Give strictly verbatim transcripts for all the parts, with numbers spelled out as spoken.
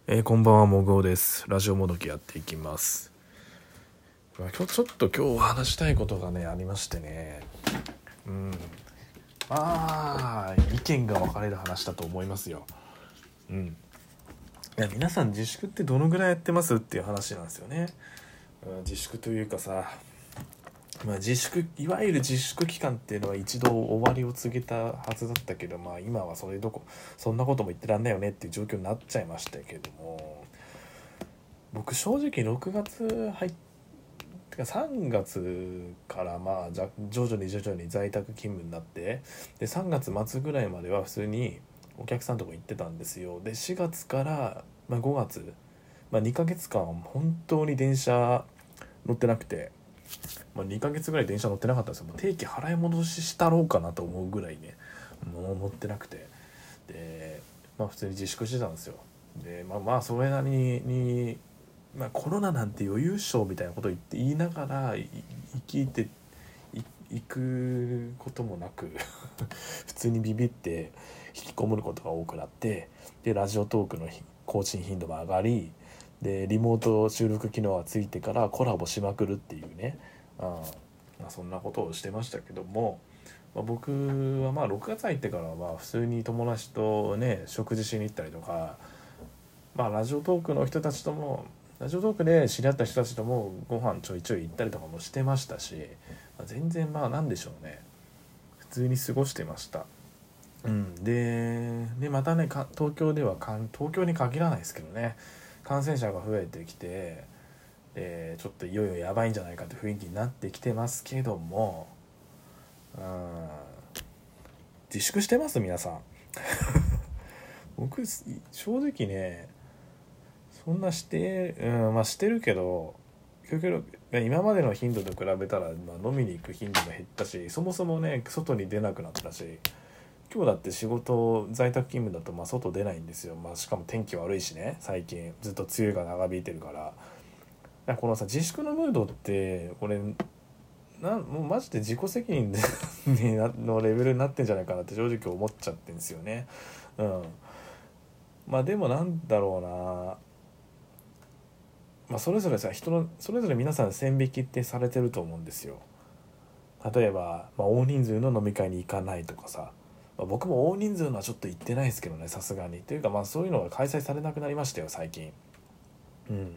えーこんばんは、もぐおです。ラジオもどきやっていきます。まあ今日ちょっと今日話したいことがねありましてね。うんまあ意見が分かれる話だと思いますよ。うんいや皆さん自粛ってどのぐらいやってますっていう話なんですよね。うん自粛というかさ、まあ、自粛いわゆる自粛期間っていうのは一度終わりを告げたはずだったけど、まあ今はそれどこそんなことも言ってらんないよねっていう状況になっちゃいましたけども、僕正直ろくがつ入ってかさんがつからまあじゃ徐々に徐々に在宅勤務になって、でさんがつ末ぐらいまでは普通にお客さんとこ行ってたんですよ。でしがつから、まあ、ごがつ、まあ、にかげつかん本当に電車乗ってなくて、まあ、にかげつぐらい電車乗ってなかったんですよ。もう定期払い戻ししたろうかなと思うぐらいね、もう乗ってなくて、でまあ普通に自粛してたんですよ。でまあまあそれなりに、まあ、コロナなんて余裕賞みたいなことを言って言いながらい生きてい行くこともなく普通にビビって引きこもることが多くなって、でラジオトークの更新頻度も上がり、でリモート収録機能がついてからコラボしまくるっていうね、あまあ、そんなことをしてましたけども、まあ、僕はまあろくがつ入ってからは普通に友達とね食事しに行ったりとか、まあラジオトークの人たちともラジオトークで知り合った人たちともご飯ちょいちょい行ったりとかもしてましたし、まあ、全然まあなんでしょうね、普通に過ごしてました。うん、ででまたねか東京ではかん東京に限らないですけどね、感染者が増えてきて、でちょっといよいよやばいんじゃないかって雰囲気になってきてますけども、うん自粛してます皆さん。僕正直ねそんなして、うん、まあしてるけど、結局今までの頻度と比べたら、まあ、飲みに行く頻度も減ったし、そもそもね外に出なくなったし、今日だって仕事在宅勤務だとまあ外出ないんですよ。まあしかも天気悪いしね、最近ずっと梅雨が長引いてるから。らこのさ自粛のムードってこれなもうマジで自己責任でのレベルになってんじゃないかなって正直思っちゃってんですよね。うんまあでもなんだろうな、まあ、それぞれさ人のそれぞれ皆さん線引きってされてると思うんですよ。例えば、まあ、大人数の飲み会に行かないとかさ、まあ、僕も大人数のはちょっと行ってないですけどね、さすがに。というかまあそういうのが開催されなくなりましたよ最近。うん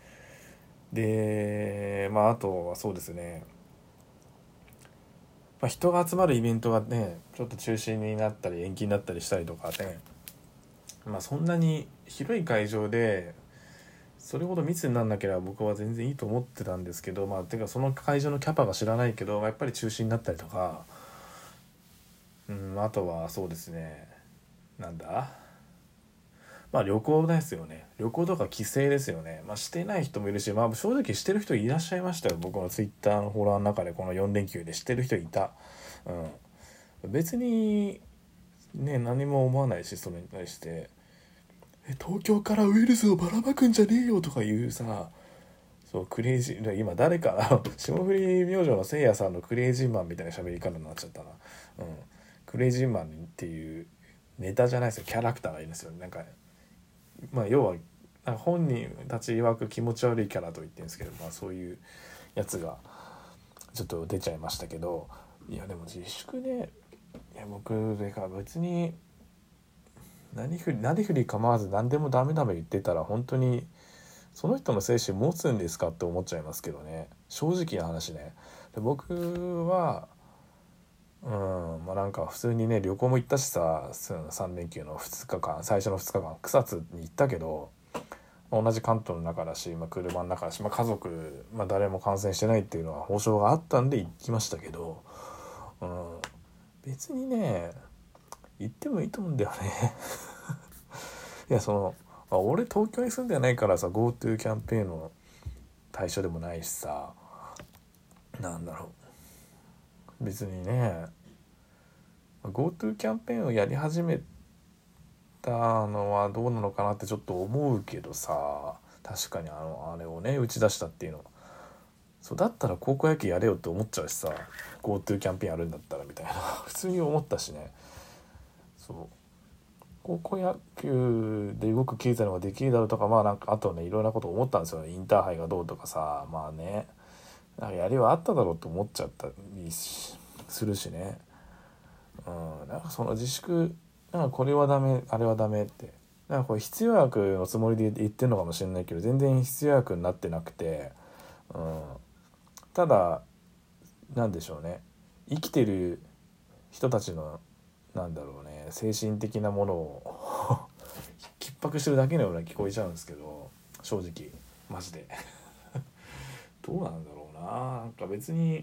でまああとはそうですね、まあ、人が集まるイベントがねちょっと中止になったり延期になったりしたりとかね、まあそんなに広い会場でそれほど密になんなければ僕は全然いいと思ってたんですけど、まあてかその会場のキャパが知らないけどやっぱり中止になったりとか、うん、あとはそうですね、なんだまあ旅行ですよね。旅行とか帰省ですよね。まあしてない人もいるし、まあ正直してる人いらっしゃいましたよ。僕のツイッターのフォロワーの中でこのよん連休でしてる人いた。うん。別にね何も思わないし、それに対してえ東京からウイルスをばらまくんじゃねえよとかいうさ、そうクレイジー今誰かあの霜降り明星のせいやさんのクレイジーマンみたいな喋り方になっちゃったな。うん。クレイジーマンっていうネタじゃないですよ、キャラクターがいるんですよ。なんかまあ要は本人たち曰く気持ち悪いキャラと言ってるんですけど、まあそういうやつがちょっと出ちゃいましたけど、いやでも自粛ね、いや僕でか別に何ふり何ふり構わず何でもダメダメ言ってたら本当にその人の精神持つんですかって思っちゃいますけどね、正直な話ね。で僕はうんまあなんか普通にね旅行も行ったしさ、さん連休のふつかかん最初のふつかかん草津に行ったけど、同じ関東の中だし、まあ、車の中だし、まあ、家族、まあ、誰も感染してないっていうのは保証があったんで行きましたけど、うん、別にね行ってもいいと思うんだよねいやその、まあ、俺東京に住んでないからさ GoTo キャンペーンの対象でもないしさ、なんだろう別にね GoTo キャンペーンをやり始めたのはどうなのかなってちょっと思うけどさ、確かにあのあれをね打ち出したっていうのはそうだったら高校野球やれよって思っちゃうしさ、 GoTo キャンペーンやるんだったらみたいな普通に思ったしね。そう高校野球で動く経済の方ができるだろうとか、まあなんかあとねいろんなこと思ったんですよね。インターハイがどうとかさ、まあねなんかやりはあっただろうと思っちゃったりするしね。うん、なんかその自粛なんかこれはダメあれはダメってなんかこれ必要悪のつもりで言ってるのかもしれないけど全然必要悪になってなくて、うん、ただなんでしょうね生きてる人たちのなんだろうね精神的なものを逼迫してるだけのような聞こえちゃうんですけど正直マジでどうなんだろうな。なんか別に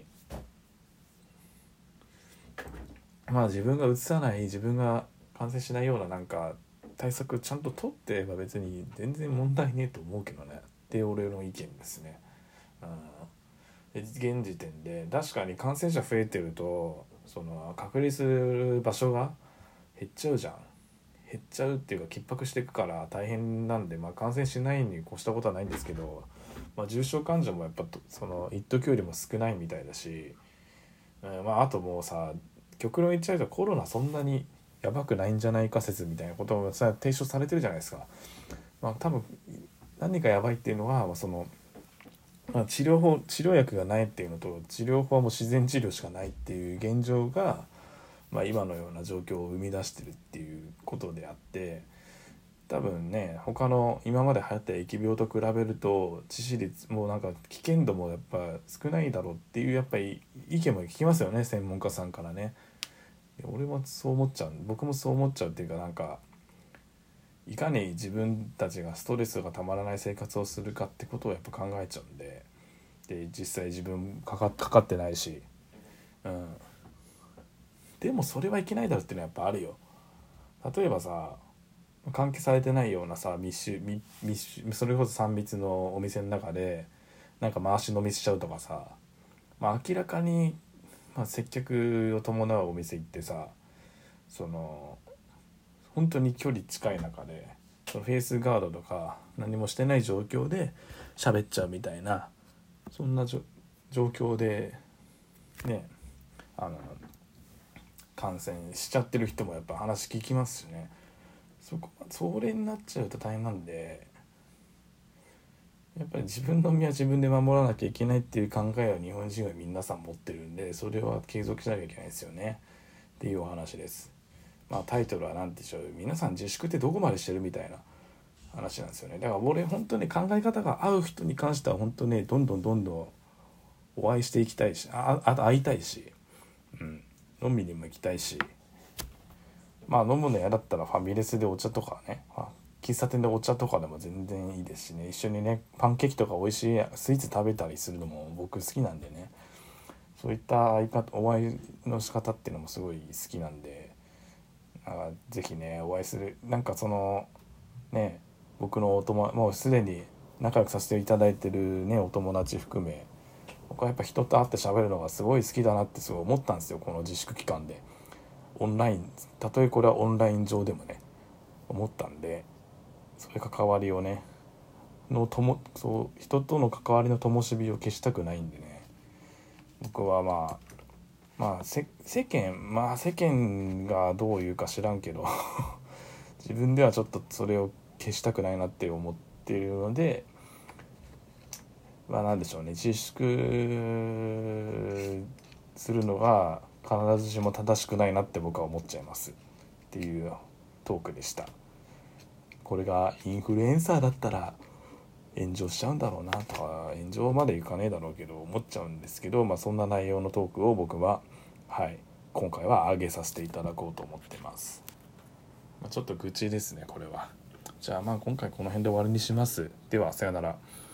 まあ自分がうつさない自分が感染しないようななんか対策ちゃんと取ってれば別に全然問題ねえと思うけどねって俺の意見ですね。うん、現時点で確かに感染者増えてるとその隔離する場所が減っちゃうじゃん。減っちゃうっていうか逼迫していくから大変なんで、まあ、感染しないに越したことはないんですけど、まあ、重症患者もやっぱその一時よりも少ないみたいだし、うんまあ、あともうさ極論言っちゃうとコロナそんなにやばくないんじゃないか説みたいなこともさ提唱されてるじゃないですか。まあ、多分何かやばいっていうのは、まあ、その、まあ、治療法治療薬がないっていうのと治療法はもう自然治療しかないっていう現状が、まあ、今のような状況を生み出してるっていうことであって多分ね他の今まで流行った疫病と比べると致死率もうなんか危険度もやっぱ少ないだろうっていうやっぱり意見も聞きますよね専門家さんからね。俺もそう思っちゃう僕もそう思っちゃうっていうかなんかいかに自分たちがストレスがたまらない生活をするかってことをやっぱ考えちゃうんで、で実際自分かか、かかってないし、うん、でもそれはいけないだろうっていうのはやっぱあるよ。例えばさ換気されてないようなさ密集密密集それこそさん密のお店の中でなんか回し飲みしちゃうとかさ、まあ、明らかに、まあ、接客を伴うお店行ってさその本当に距離近い中でそのフェイスガードとか何もしてない状況で喋っちゃうみたいなそんな状況でねあの感染しちゃってる人もやっぱ話聞きますしね。そこそれになっちゃうと大変なんでやっぱり自分の身は自分で守らなきゃいけないっていう考えを日本人は皆さん持ってるんでそれは継続しなきゃいけないですよねっていうお話です。まあタイトルは何でしょう皆さん自粛ってどこまでしてるみたいな話なんですよね。だから俺本当に考え方が合う人に関しては本当ねどんどんどんどんお会いしていきたいしああと会いたいし、うん、飲みにも行きたいしまあ飲むの嫌だったらファミレスでお茶とかね喫茶店でお茶とかでも全然いいですしね一緒にねパンケーキとか美味しいスイーツ食べたりするのも僕好きなんでねそういった相方お会いの仕方っていうのもすごい好きなんであぜひねお会いするなんかそのね僕のお友もうすでに仲良くさせていただいてるねお友達含め僕はやっぱ人と会って喋るのがすごい好きだなってすごい思ったんですよこの自粛期間で。オンラインたとえこれはオンライン上でもね思ったんでそういう関わりをねのともそう人との関わりの灯火を消したくないんでね僕はまあまあ世間まあ世間がどういうか知らんけど自分ではちょっとそれを消したくないなって思っているのでまあなんでしょうね自粛するのが必ずしも正しくないなって僕は思っちゃいますっていうトークでした。これがインフルエンサーだったら炎上しちゃうんだろうなとか炎上までいかねえだろうけど思っちゃうんですけど、まあ、そんな内容のトークを僕は、はい、今回は上げさせていただこうと思ってます、まあ、ちょっと愚痴ですねこれは。じゃあまあ今回この辺で終わりにします。ではさよなら。